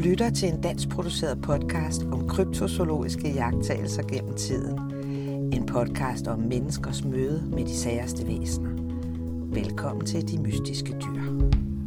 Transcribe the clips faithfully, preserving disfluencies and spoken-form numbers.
lytter til en dansk produceret podcast om kryptozoologiske iagttagelser gennem tiden. En podcast om menneskers møde med de særeste væsener. Velkommen til De Mystiske Dyr.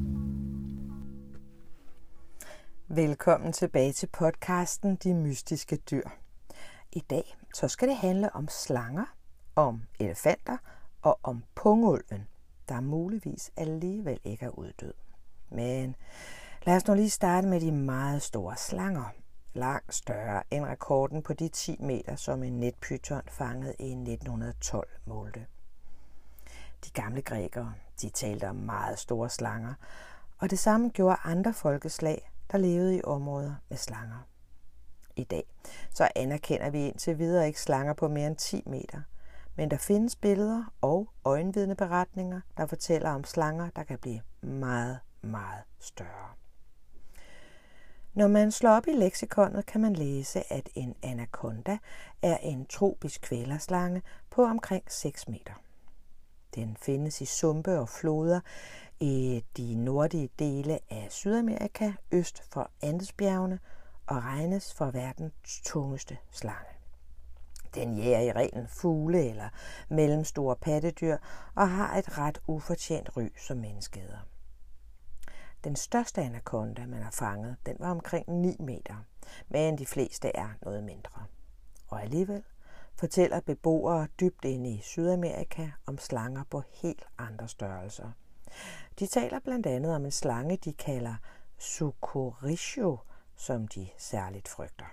Velkommen tilbage til podcasten De Mystiske Dyr. I dag så skal det handle om slanger, om elefanter og om pungulven, der muligvis alligevel ikke er uddød. Men lad os nu lige starte med de meget store slanger. Langt større end rekorden på de ti meter, som en netpyton fanget i nitten tolv målte. De gamle grækere, de talte om meget store slanger, og det samme gjorde andre folkeslag, der levede i områder med slanger. I dag så anerkender vi indtil videre ikke slanger på mere end ti meter, men der findes billeder og øjenvidneberetninger, der fortæller om slanger, der kan blive meget, meget større. Når man slår op i leksikonet, kan man læse, at en anaconda er en tropisk kvælerslange på omkring seks meter. Den findes i sumpe og floder i de nordlige dele af Sydamerika, øst for Andesbjergene, og regnes for verdens tungeste slange. Den jager i reglen fugle eller mellemstore pattedyr og har et ret ufortjent ry som menneskeæder. Den største anaconda, man har fanget, den var omkring ni meter, men de fleste er noget mindre. Og alligevel fortæller beboere dybt inde i Sydamerika om slanger på helt andre størrelser. De taler blandt andet om en slange, de kalder Sucuricho, som de særligt frygter.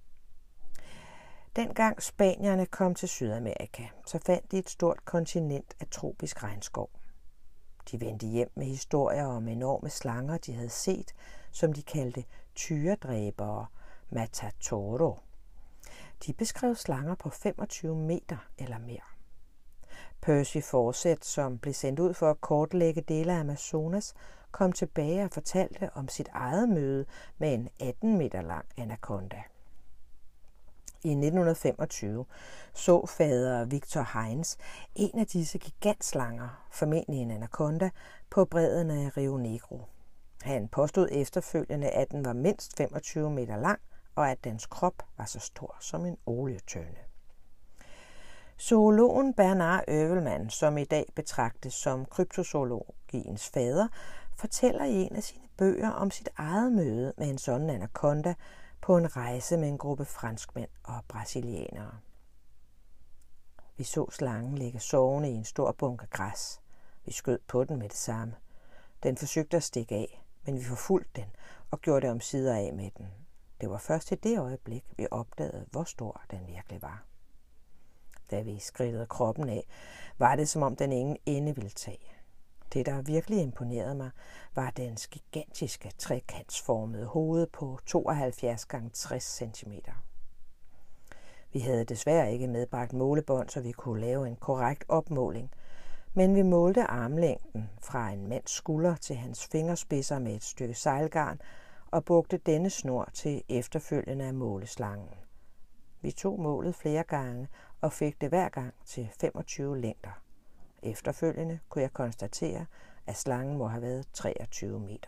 Dengang spanierne kom til Sydamerika, så fandt de et stort kontinent af tropisk regnskov. De vendte hjem med historier om enorme slanger, de havde set, som de kaldte tyredræbere, matadoro. De beskrev slanger på femogtyve meter eller mere. Percy Fawcett, som blev sendt ud for at kortlægge dele af Amazonas, kom tilbage og fortalte om sit eget møde med en atten meter lang anaconda. I nitten femogtyve så fader Victor Heinz en af disse gigantslanger, formentlig en anaconda, på bredden af Rio Negro. Han påstod efterfølgende, at den var mindst femogtyve meter lang, og at dens krop var så stor som en olietønde. Zoologen Bernard Övelman, som i dag betragtes som kryptozoologiens fader, fortæller i en af sine bøger om sit eget møde med en sådan anaconda på en rejse med en gruppe franskmænd og brasilianere. Vi så slangen ligge sovende i en stor bunke græs. Vi skød på den med det samme. Den forsøgte at stikke af, men vi forfulgte den og gjorde det omsider af med den. Det var først i det øjeblik, vi opdagede, hvor stor den virkelig var. Da vi skridtede kroppen af, var det som om den ingen ende ville tage. Det, der virkelig imponerede mig, var dens gigantiske trekantsformede hoved på tooghalvfjerds gange tres centimeter. Vi havde desværre ikke medbragt målebånd, så vi kunne lave en korrekt opmåling, men vi målte armlængden fra en mands skulder til hans fingerspidser med et stykke sejlgarn og brugte denne snor til efterfølgende at måle slangen. Vi tog målet flere gange og fik det hver gang til femogtyve længder. Efterfølgende kunne jeg konstatere, at slangen må have været treogtyve meter.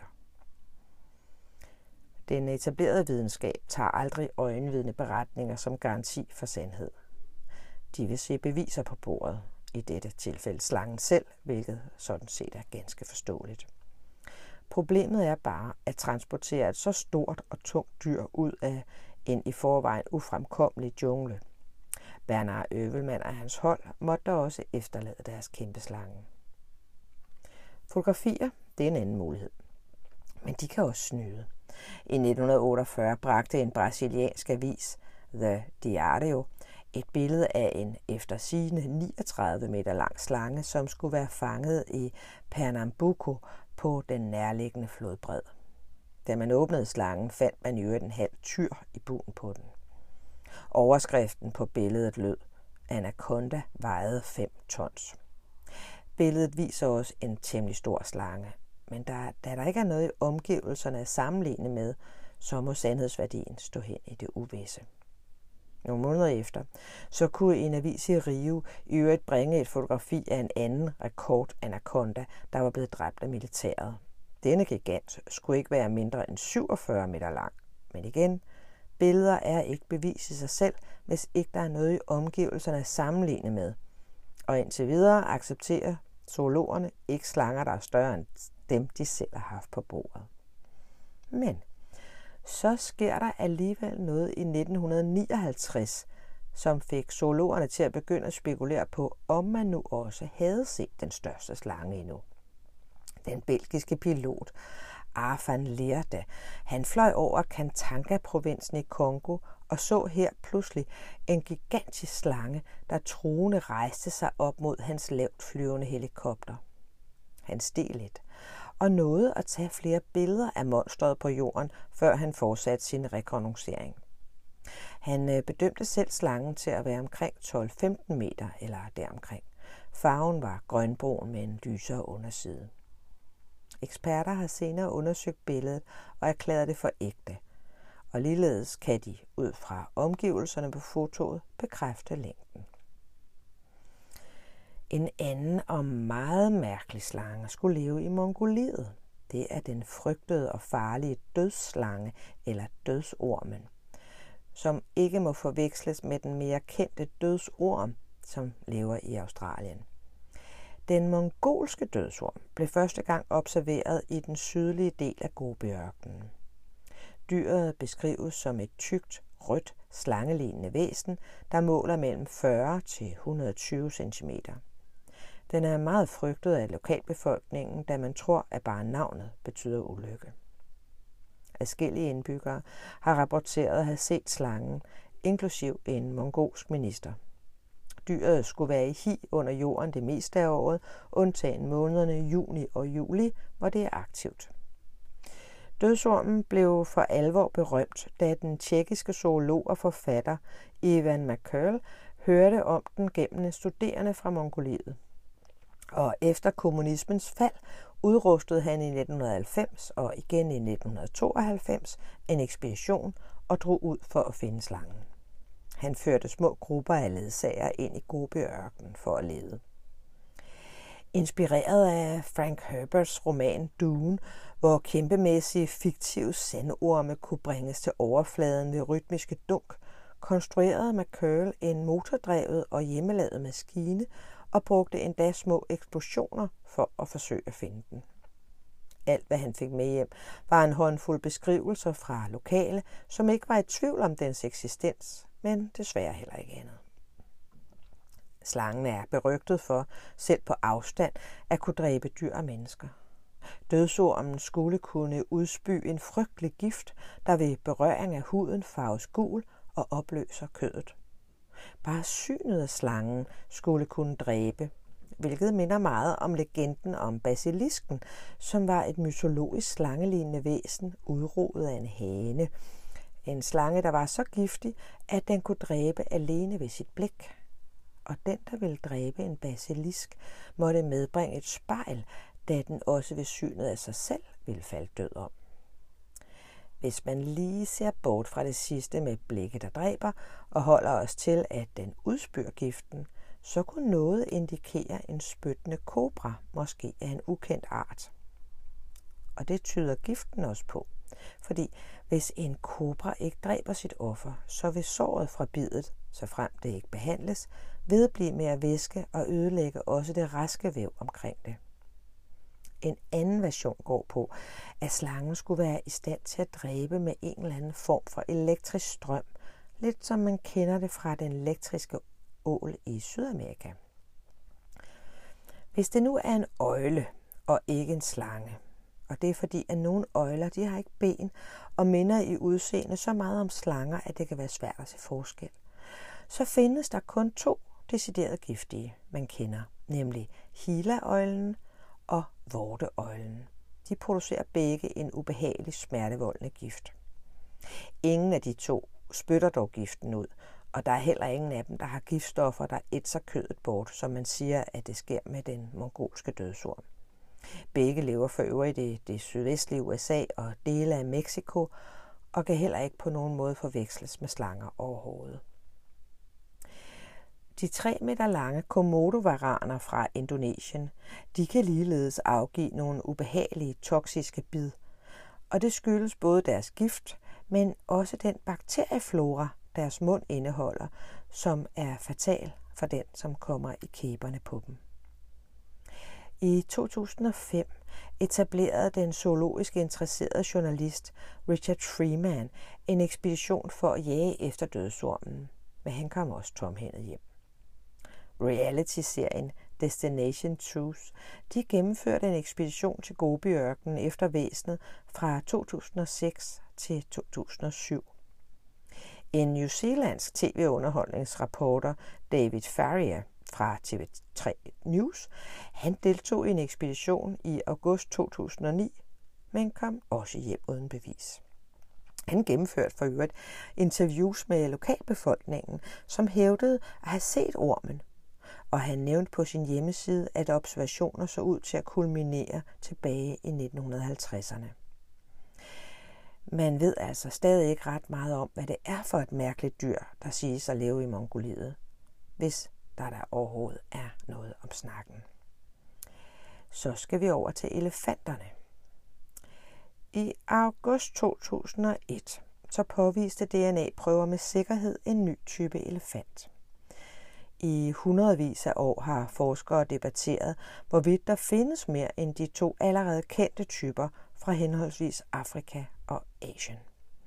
Den etablerede videnskab tager aldrig øjenvidne beretninger som garanti for sandhed. De vil se beviser på bordet, i dette tilfælde slangen selv, hvilket sådan set er ganske forståeligt. Problemet er bare at transportere et så stort og tungt dyr ud af en i forvejen ufremkommelig jungle. Bernard Övelman og hans hold måtte også efterlade deres kæmpe slange. Fotografier, det er en anden mulighed. Men de kan også snyde. I nitten otteogfyrre bragte en brasiliansk avis, The Diario, et billede af en eftersigende niogtredive meter lang slange, som skulle være fanget i Pernambuco på den nærliggende flodbred. Da man åbnede slangen, fandt man i øvrigt en halv tyr i bugen på den. Overskriften på billedet lød: Anaconda vejede fem tons. Billedet viser også en temmelig stor slange, men da, da der ikke er noget i omgivelserne at sammenligne med, så må sandhedsværdien stå hen i det uvisse. Nogle måneder efter, så kunne en avis i Rio i øvrigt bringe et fotografi af en anden rekord-anaconda, der var blevet dræbt af militæret. Denne gigant skulle ikke være mindre end syvogfyrre meter lang, Men igen, billeder er ikke bevis i sig selv, hvis ikke der er noget i omgivelserne at sammenligne med. Og indtil videre accepterer zoologerne ikke slanger, der er større end dem, de selv har haft på bordet. Men så sker der alligevel noget i nitten nioghalvtreds, som fik zoologerne til at begynde at spekulere på, om man nu også havde set den største slange endnu. Den belgiske pilot Arfan Lerda, han fløj over Katanga-provinsen i Kongo og så her pludselig en gigantisk slange, der truende rejste sig op mod hans lavt flyvende helikopter. Han steg lidt og nåede at tage flere billeder af monstret på jorden, før han fortsatte sin rekognoscering. Han bedømte selv slangen til at være omkring tolv til femten meter eller deromkring. Farven var grønbrun med en lysere underside. Eksperter har senere undersøgt billedet og erklæret det for ægte, og ligeledes kan de ud fra omgivelserne på fotoet bekræfte længden. En anden og meget mærkelig slange skulle leve i Mongoliet. Det er den frygtede og farlige dødsslange eller dødsormen, som ikke må forveksles med den mere kendte dødsorm, som lever i Australien. Den mongolske dødsorm blev første gang observeret i den sydlige del af Gobiørkenen. Dyret beskrives som et tykt, rødt, slangelignende væsen, der måler mellem fyrre til et hundrede og tyve centimeter. Den er meget frygtet af lokalbefolkningen, da man tror, at bare navnet betyder ulykke. Adskillige indbyggere har rapporteret at have set slangen, inklusiv en mongolsk minister. Dyret skulle være i hi under jorden det meste af året, undtagen månederne juni og juli, hvor det er aktivt. Dødsormen blev for alvor berømt, da den tjekkiske zoolog og forfatter Ivan McCurl hørte om den gennem en studerende fra Mongoliet. Og efter kommunismens fald udrustede han i nitten halvfems og igen i nitten tooghalvfems en ekspedition og drog ud for at finde slangen. Han førte små grupper af ledsagere ind i Gobiørkenen for at lede. Inspireret af Frank Herberts roman Dune, hvor kæmpemæssige fiktive sandorme kunne bringes til overfladen ved rytmiske dunk, konstruerede McCurl en motordrevet og hjemmelavet maskine og brugte endda små eksplosioner for at forsøge at finde den. Alt, hvad han fik med hjem, var en håndfuld beskrivelser fra lokale, som ikke var i tvivl om dens eksistens, men desværre heller ikke andet. Slangen er berygtet for, selv på afstand, at kunne dræbe dyr og mennesker. Dødsormen skulle kunne udspy en frygtelig gift, der ved berøring af huden farves gul og opløser kødet. Bare synet af slangen skulle kunne dræbe, hvilket minder meget om legenden om basilisken, som var et mytologisk slangelignende væsen udroet af en hane. En slange, der var så giftig, at den kunne dræbe alene ved sit blik. Og den, der ville dræbe en basilisk, måtte medbringe et spejl, da den også ved synet af sig selv ville falde død om. Hvis man lige ser bort fra det sidste med blikket, der dræber, og holder os til, at den udspyr giften, så kunne noget indikere en spyttende kobra, måske af en ukendt art. Og det tyder giften også på, fordi hvis en kobra ikke dræber sit offer, så vil såret fra biddet, såfremt det ikke behandles, vedblive med at væske og ødelægge også det raske væv omkring det. En anden version går på, at slangen skulle være i stand til at dræbe med en eller anden form for elektrisk strøm, lidt som man kender det fra den elektriske ål i Sydamerika. Hvis det nu er en øgle og ikke en slange, og det er fordi, at nogle øgler de har ikke ben og minder i udseende så meget om slanger, at det kan være svært at se forskel, så findes der kun to decideret giftige, man kender, nemlig Gila-øglen og vorteøglen. De producerer begge en ubehagelig smertevoldende gift. Ingen af de to spytter dog giften ud, og der er heller ingen af dem, der har giftstoffer, der ætser kødet bort, som man siger, at det sker med den mongolske dødsorm. Begge lever for øvrigt i det sydvestlige U S A og dele af Mexico, og kan heller ikke på nogen måde forveksles med slanger overhovedet. De tre meter lange komodo-varaner fra Indonesien, de kan ligeledes afgive nogle ubehagelige toksiske bid, og det skyldes både deres gift, men også den bakterieflora, deres mund indeholder, som er fatal for den, som kommer i kæberne på dem. I to tusind og fem etablerede den zoologisk interesserede journalist Richard Freeman en ekspedition for at jage efter dødsormen, men han kom også tomhændet hjem. Reality-serien Destination Truth, de gennemførte en ekspedition til Gobiørkenen efter væsenet fra to tusind og seks til to tusind og syv. En newzealandsk tv-underholdningsreporter, David Farrier fra T V tre News, han deltog i en ekspedition i august to tusind og ni, men kom også hjem uden bevis. Han gennemførte for øvrigt interviews med lokalbefolkningen, som hævdede at have set ormen, og han nævnte på sin hjemmeside, at observationer så ud til at kulminere tilbage i nitten halvtredserne. Man ved altså stadig ikke ret meget om, hvad det er for et mærkeligt dyr, der siges at leve i Mongoliet, hvis der der overhovedet er noget om snakken. Så skal vi over til elefanterne. I august to tusind og et så påviste D N A-prøver med sikkerhed en ny type elefant. I hundredvis af år har forskere debatteret, hvorvidt der findes mere end de to allerede kendte typer fra henholdsvis Afrika og Asien.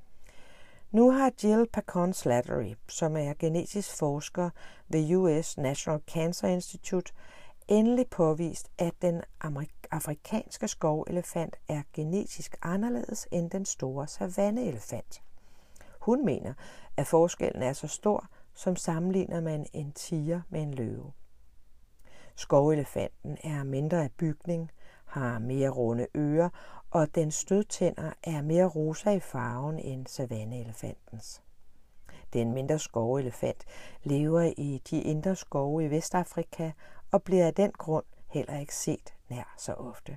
Nu har Jill Pacon-Slattery, som er genetisk forsker ved U S National Cancer Institute, endelig påvist, at den afrikanske skovelefant er genetisk anderledes end den store savanneelefant. Hun mener, at forskellen er så stor, som sammenligner man en tiger med en løve. Skovelefanten er mindre af bygning, har mere runde ører, og dens stødtænder er mere rosa i farven end savanneelefantens. Den mindre skovelefant lever i de indre skove i Vestafrika og bliver af den grund heller ikke set nær så ofte.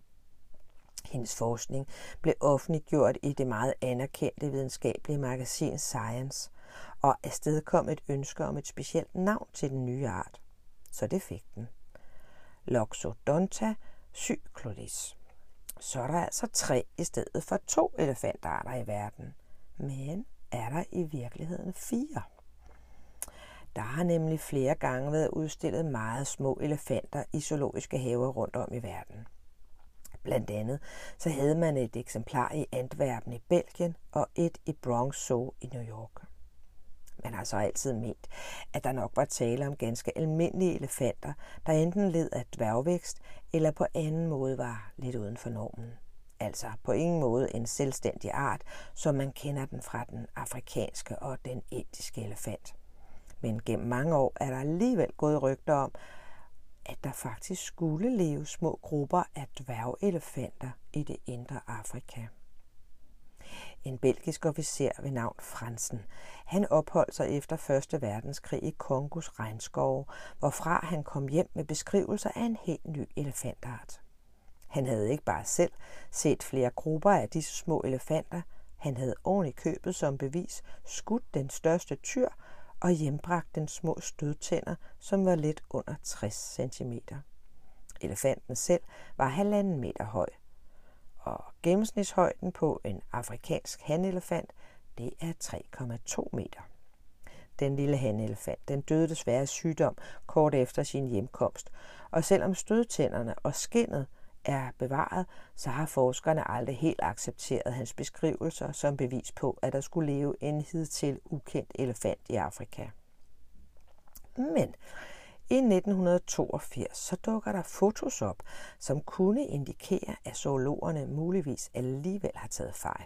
Hendes forskning blev offentliggjort i det meget anerkendte videnskabelige magasin Science, og afstedkom et ønske om et specielt navn til den nye art. Så det fik den. Loxodonta cyclodis. Så er der altså tre i stedet for to elefantarter i verden. Men er der i virkeligheden fire? Der har nemlig flere gange været udstillet meget små elefanter i zoologiske haver rundt om i verden. Blandt andet så havde man et eksemplar i Antwerpen i Belgien og et i Bronx Zoo i New York. Man har så altid ment, at der nok var tale om ganske almindelige elefanter, der enten led af dværgvækst eller på anden måde var lidt uden for normen. Altså på ingen måde en selvstændig art, som man kender den fra den afrikanske og den indiske elefant. Men gennem mange år er der alligevel gået rygter om, at der faktisk skulle leve små grupper af dværgelefanter i det indre Afrika. En belgisk officer ved navn Fransen, han opholdt sig efter første verdenskrig i Kongos regnskove, hvorfra han kom hjem med beskrivelser af en helt ny elefantart. Han havde ikke bare selv set flere grupper af disse små elefanter, han havde oven i købet som bevis skudt den største tyr og hjembragt den små stødtænder, som var lidt under tres centimeter. Elefanten selv var halvanden meter høj, og gennemsnitshøjden på en afrikansk hanelefant, det er tre komma to meter. Den lille hanelefant, den døde desværre af sygdom kort efter sin hjemkomst, og selvom stødtænderne og skindet er bevaret, så har forskerne aldrig helt accepteret hans beskrivelser som bevis på, at der skulle leve en hidtil ukendt elefant i Afrika. Men i nitten toogfirs så dukker der fotos op, som kunne indikere, at zoologerne muligvis alligevel har taget fejl.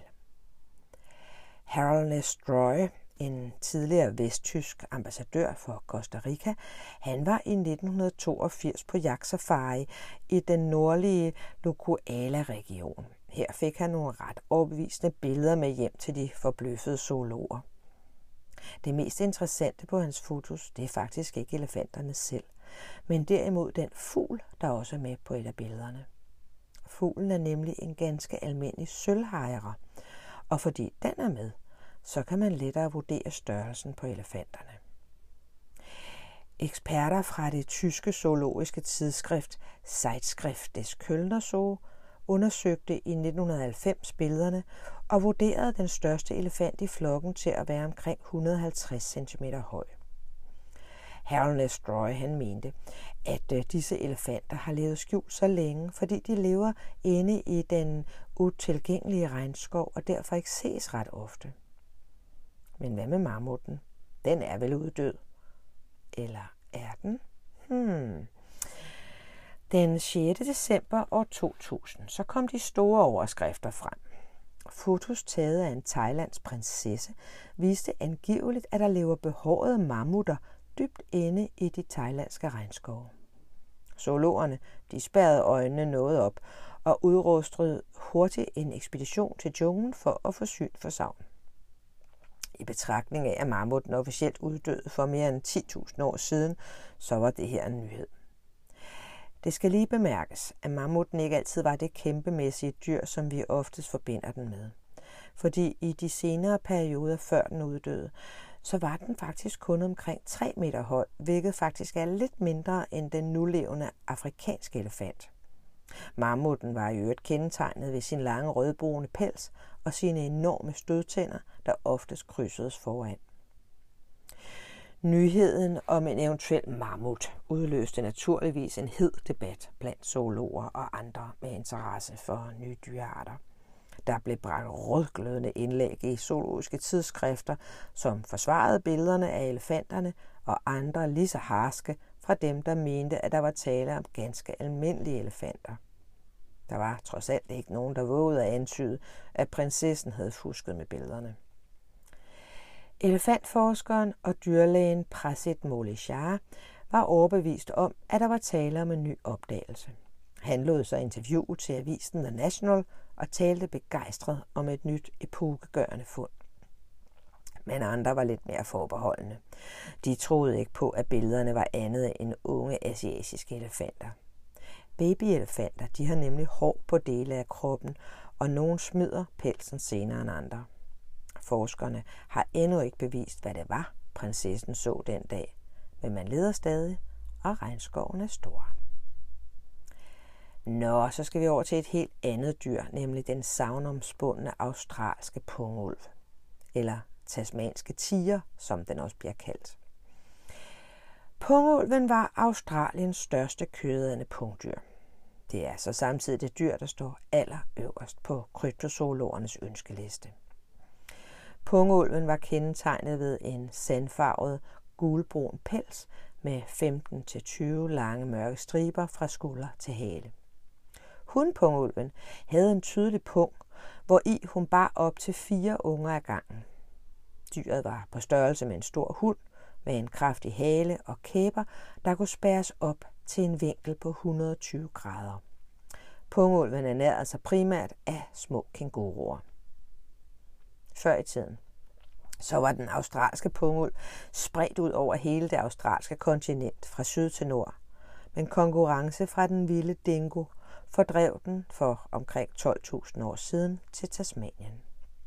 Harold Nestroy, en tidligere vesttysk ambassadør for Costa Rica, han var i nitten toogfirs på jagtsafari i den nordlige Lokoala-region. Her fik han nogle ret overbevisende billeder med hjem til de forbløffede zoologer. Det mest interessante på hans fotos, det er faktisk ikke elefanterne selv, men derimod den fugl, der også er med på et af billederne. Fuglen er nemlig en ganske almindelig sølvhejre, og fordi den er med, så kan man lettere vurdere størrelsen på elefanterne. Eksperter fra det tyske zoologiske tidsskrift Zeitschrift des Kölner Zoo undersøgte i nitten halvfems billederne og vurderede den største elefant i flokken til at være omkring et hundrede og halvtreds centimeter høj. Harold Nestroy han mente, at disse elefanter har levet skjult så længe, fordi de lever inde i den utilgængelige regnskov og derfor ikke ses ret ofte. Men hvad med mammutten? Den er vel uddød? Eller er den? Hmm. Den sjette december år to tusind, så kom de store overskrifter frem. Fotos taget af en thailandsk prinsesse viste angiveligt, at der lever behårede mammutter dybt inde i de thailandske regnskove. Zoologerne de spærrede øjnene noget op og udrustede hurtigt en ekspedition til junglen for at få syn for sagn. I betragtning af, at mammutten officielt uddøde for mere end ti tusind år siden, så var det her en nyhed. Det skal lige bemærkes, at mammutten ikke altid var det kæmpemæssige dyr, som vi oftest forbinder den med. Fordi i de senere perioder før den uddøde, så var den faktisk kun omkring tre meter høj, hvilket faktisk er lidt mindre end den nulevende afrikanske elefant. Mammutten var i øvrigt kendetegnet ved sin lange rødbrune pels og sine enorme stødtænder, der oftest krydsedes foran. Nyheden om en eventuel mammut udløste naturligvis en hed debat blandt zoologer og andre med interesse for nye dyrearter. Der blev bragt rødglødende indlæg i zoologiske tidsskrifter, som forsvarede billederne af elefanterne og andre lige så harske fra dem, der mente, at der var tale om ganske almindelige elefanter. Der var trods alt ikke nogen, der vågede at antyde, at prinsessen havde fusket med billederne. Elefantforskeren og dyrlægen Prasit Moleshwar var overbevist om, at der var tale om en ny opdagelse. Han lod sig interviewe til avisen The National og talte begejstret om et nyt epokegørende fund. Men andre var lidt mere forbeholdne. De troede ikke på, at billederne var andet end unge asiatiske elefanter. Babyelefanter de har nemlig hår på dele af kroppen, og nogle smider pelsen senere end andre. Forskerne har endnu ikke bevist, hvad det var, prinsessen så den dag, men man leder stadig, og regnskoven er stor. Nå, så skal vi over til et helt andet dyr, nemlig den sagnomspundne australske pungulv, eller tasmanske tiger, som den også bliver kaldt. Pungulven var Australiens største kødædende pungdyr. Det er så samtidig det dyr, der står allerøverst på kryptozoologernes ønskeliste. Pungulven var kendetegnet ved en sandfarvet gulbrun pels med femten til tyve lange mørke striber fra skulder til hale. Hunpungulven havde en tydelig pung, hvor i hun bar op til fire unger ad gangen. Dyret var på størrelse med en stor hund, med en kraftig hale og kæber, der kunne spærres op til en vinkel på et hundrede og tyve grader. Pungulven ernærede sig primært af små kænguruer. Før i tiden, så var den australske pungulv spredt ud over hele det australske kontinent fra syd til nord, men konkurrence fra den vilde dingo fordrev den for omkring tolv tusind år siden til Tasmanien.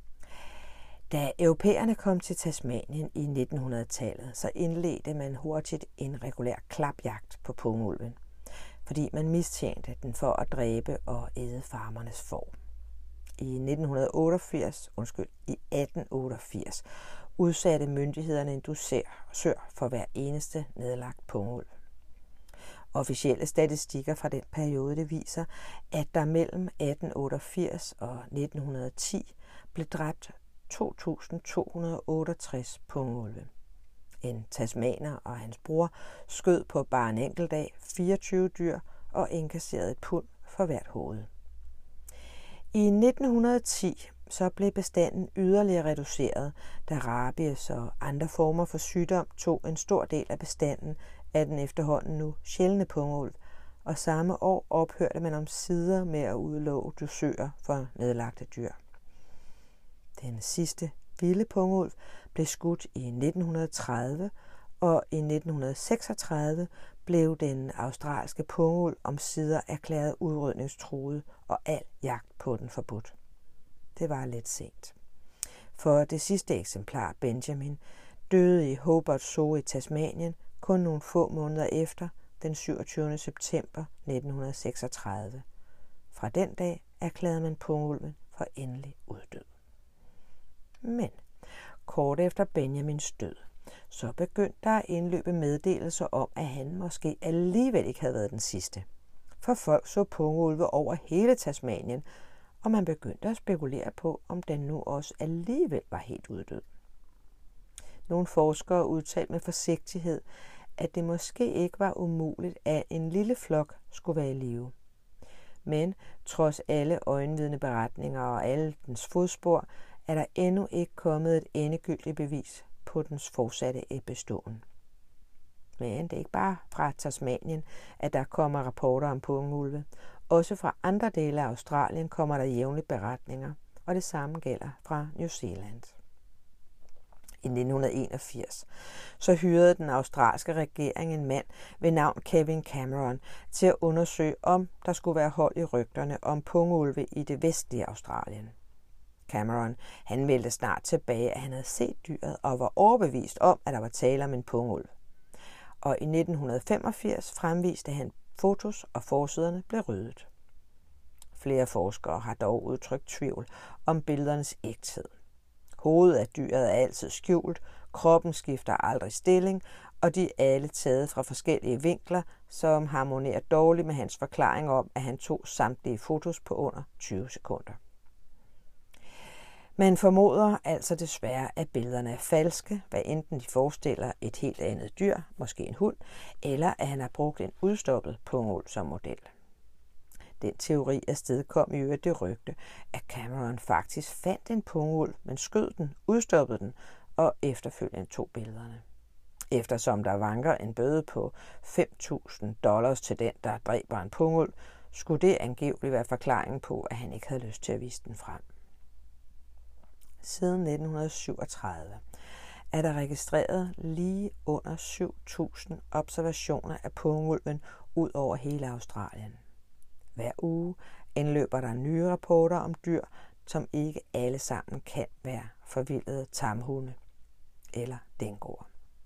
Da europæerne kom til Tasmanien i nitten hundrede-tallet, så indledte man hurtigt en regulær klapjagt på pungulven, fordi man mistænkte den for at dræbe og æde farmernes får. I nitten otteogfirs, undskyld, i atten otteogfirs udsatte myndighederne en dusør for hver eneste nedlagt pungulv. Officielle statistikker fra den periode det viser, at der mellem atten otteogfirs og nitten ti blev dræbt to tusind to hundrede og otteogtres pungulve. En tasmaner og hans bror skød på bare en enkelt dag fireogtyve dyr og inkasserede et pund for hvert hoved. I nitten ti så blev bestanden yderligere reduceret, da rabies og andre former for sygdom tog en stor del af bestanden af den efterhånden nu sjældne pungulv, og samme år ophørte man omsider med at udlove dusører for nedlagte dyr. Den sidste vilde pungulv blev skudt i nitten tredive, og i nitten seksogtredive blev den australske pungulv omsider erklæret udrydningstruet og al jagt på den forbudt. Det var lidt sent. For det sidste eksemplar, Benjamin, døde i Hobart Zoo i Tasmanien kun nogle få måneder efter, den syvogtyvende september nitten seksogtredive. Fra den dag erklærede man pungulven for endelig uddød. Men kort efter Benjamins død, så begyndte der at indløbe meddelelser om, at han måske alligevel ikke havde været den sidste. For folk så pungulve over hele Tasmanien, og man begyndte at spekulere på, om den nu også alligevel var helt uddød. Nogle forskere udtalte med forsigtighed, at det måske ikke var umuligt, at en lille flok skulle være i live. Men trods alle øjenvidne beretninger og alle dens fodspor, er der endnu ikke kommet et endegyldigt bevis på dens fortsatte beståen. Men det er ikke bare fra Tasmanien, at der kommer rapporter om pungulve. Også fra andre dele af Australien kommer der jævnligt beretninger, og det samme gælder fra New Zealand. I nitten enogfirs så hyrede den australske regering en mand ved navn Kevin Cameron til at undersøge, om der skulle være hold i rygterne om pungulve i det vestlige Australien. Cameron han meldte snart tilbage, at han havde set dyret og var overbevist om, at der var tale om en pungulv. Og i nitten femogfirs fremviste han fotos, og forsiderne blev ryddet. Flere forskere har dog udtrykt tvivl om billedernes ægthed. Hovedet af dyret er altid skjult, kroppen skifter aldrig stilling, og de er alle taget fra forskellige vinkler, som harmonerer dårligt med hans forklaring om, at han tog samtlige fotos på under tyve sekunder. Man formoder altså desværre, at billederne er falske, hvad enten de forestiller et helt andet dyr, måske en hund, eller at han har brugt en udstoppet pungulv som model. Den teori afstedkom i øvrigt det rygte, at Cameron faktisk fandt en pungulv, men skød den, udstoppede den og efterfølgende tog billederne. Eftersom der vanker en bøde på fem tusind dollars til den, der dræber en pungulv, skulle det angiveligt være forklaringen på, at han ikke havde lyst til at vise den frem. Siden nitten syvogtredive er der registreret lige under syv tusind observationer af pungulven ud over hele Australien. Hver uge indløber der nye rapporter om dyr, som ikke alle sammen kan være forvildede tamhunde eller dingoer.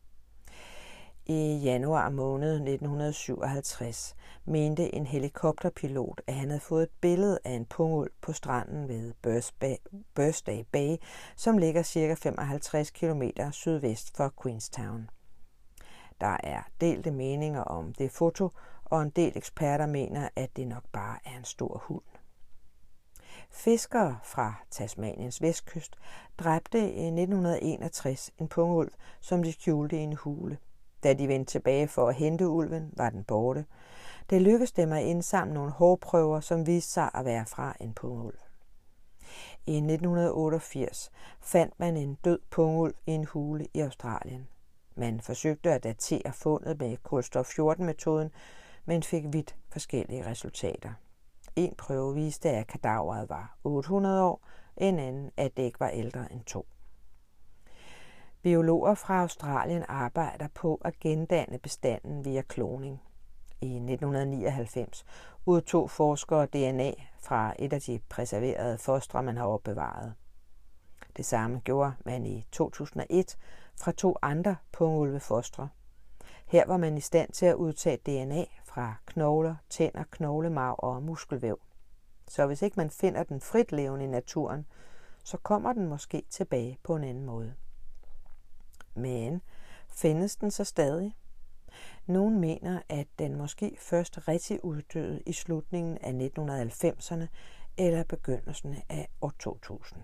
I januar måned nitten syvoghalvtreds mente en helikopterpilot, at han havde fået et billede af en pungulv på stranden ved Birthday Bay, som ligger ca. femoghalvtreds kilometer sydvest for Queenstown. Der er delte meninger om det foto, og en del eksperter mener, at det nok bare er en stor hund. Fiskere fra Tasmaniens vestkyst dræbte i nitten enogtres en pungulv, som de skjulte i en hule. Da de vendte tilbage for at hente ulven, var den borte. Det lykkedes dem at indsamle nogle hårprøver, som viste sig at være fra en pungulv. I nitten otteogfirs fandt man en død pungulv i en hule i Australien. Man forsøgte at datere fundet med kulstof fjorten-metoden, men fik vidt forskellige resultater. En prøve viste, at kadaveret var otte hundrede år, en anden, at det ikke var ældre end to. Biologer fra Australien arbejder på at gendanne bestanden via kloning. I nitten nioghalvfems udtog forskere D N A fra et af de preserverede fostre, man har opbevaret. Det samme gjorde man i to tusind og et fra to andre pungulvefostre. Her var man i stand til at udtage D N A fra knogler, tænder, knoglemarv og muskelvæv. Så hvis ikke man finder den frit levende i naturen, så kommer den måske tilbage på en anden måde. Men findes den så stadig? Nogle mener, at den måske først rigtig uddøde i slutningen af nitten halvfemserne eller begyndelsen af år to tusind.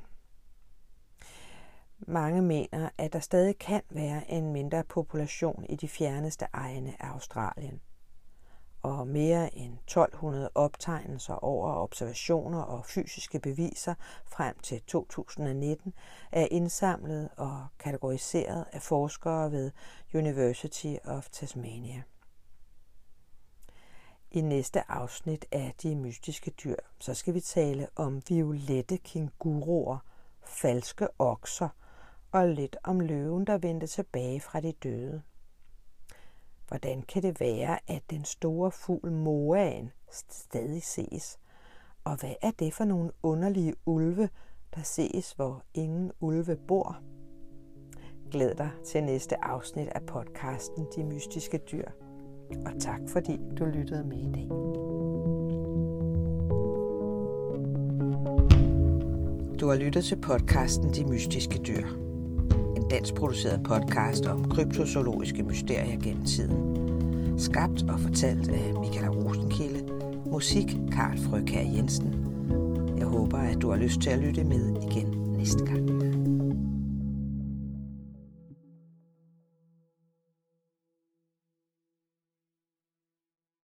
Mange mener, at der stadig kan være en mindre population i de fjerneste egne af Australien. Og mere end tolv hundrede optegnelser over observationer og fysiske beviser frem til to tusind og nitten er indsamlet og kategoriseret af forskere ved University of Tasmania. I næste afsnit af De mystiske dyr, så skal vi tale om violette kænguruer, falske okser og lidt om løven, der vendte tilbage fra de døde. Hvordan kan det være, at den store fugl moaen stadig ses? Og hvad er det for nogle underlige ulve, der ses, hvor ingen ulve bor? Glæd dig til næste afsnit af podcasten De mystiske dyr. Og tak fordi du lyttede med i dag. Du har lyttet til podcasten De Mystiske Dyr. En dansk produceret podcast om kryptozoologiske mysterier gennem tiden. Skabt og fortalt af Michaela Rosenkilde. Musik Karl Frøkjær Jensen. Jeg håber, at du har lyst til at lytte med igen næste gang.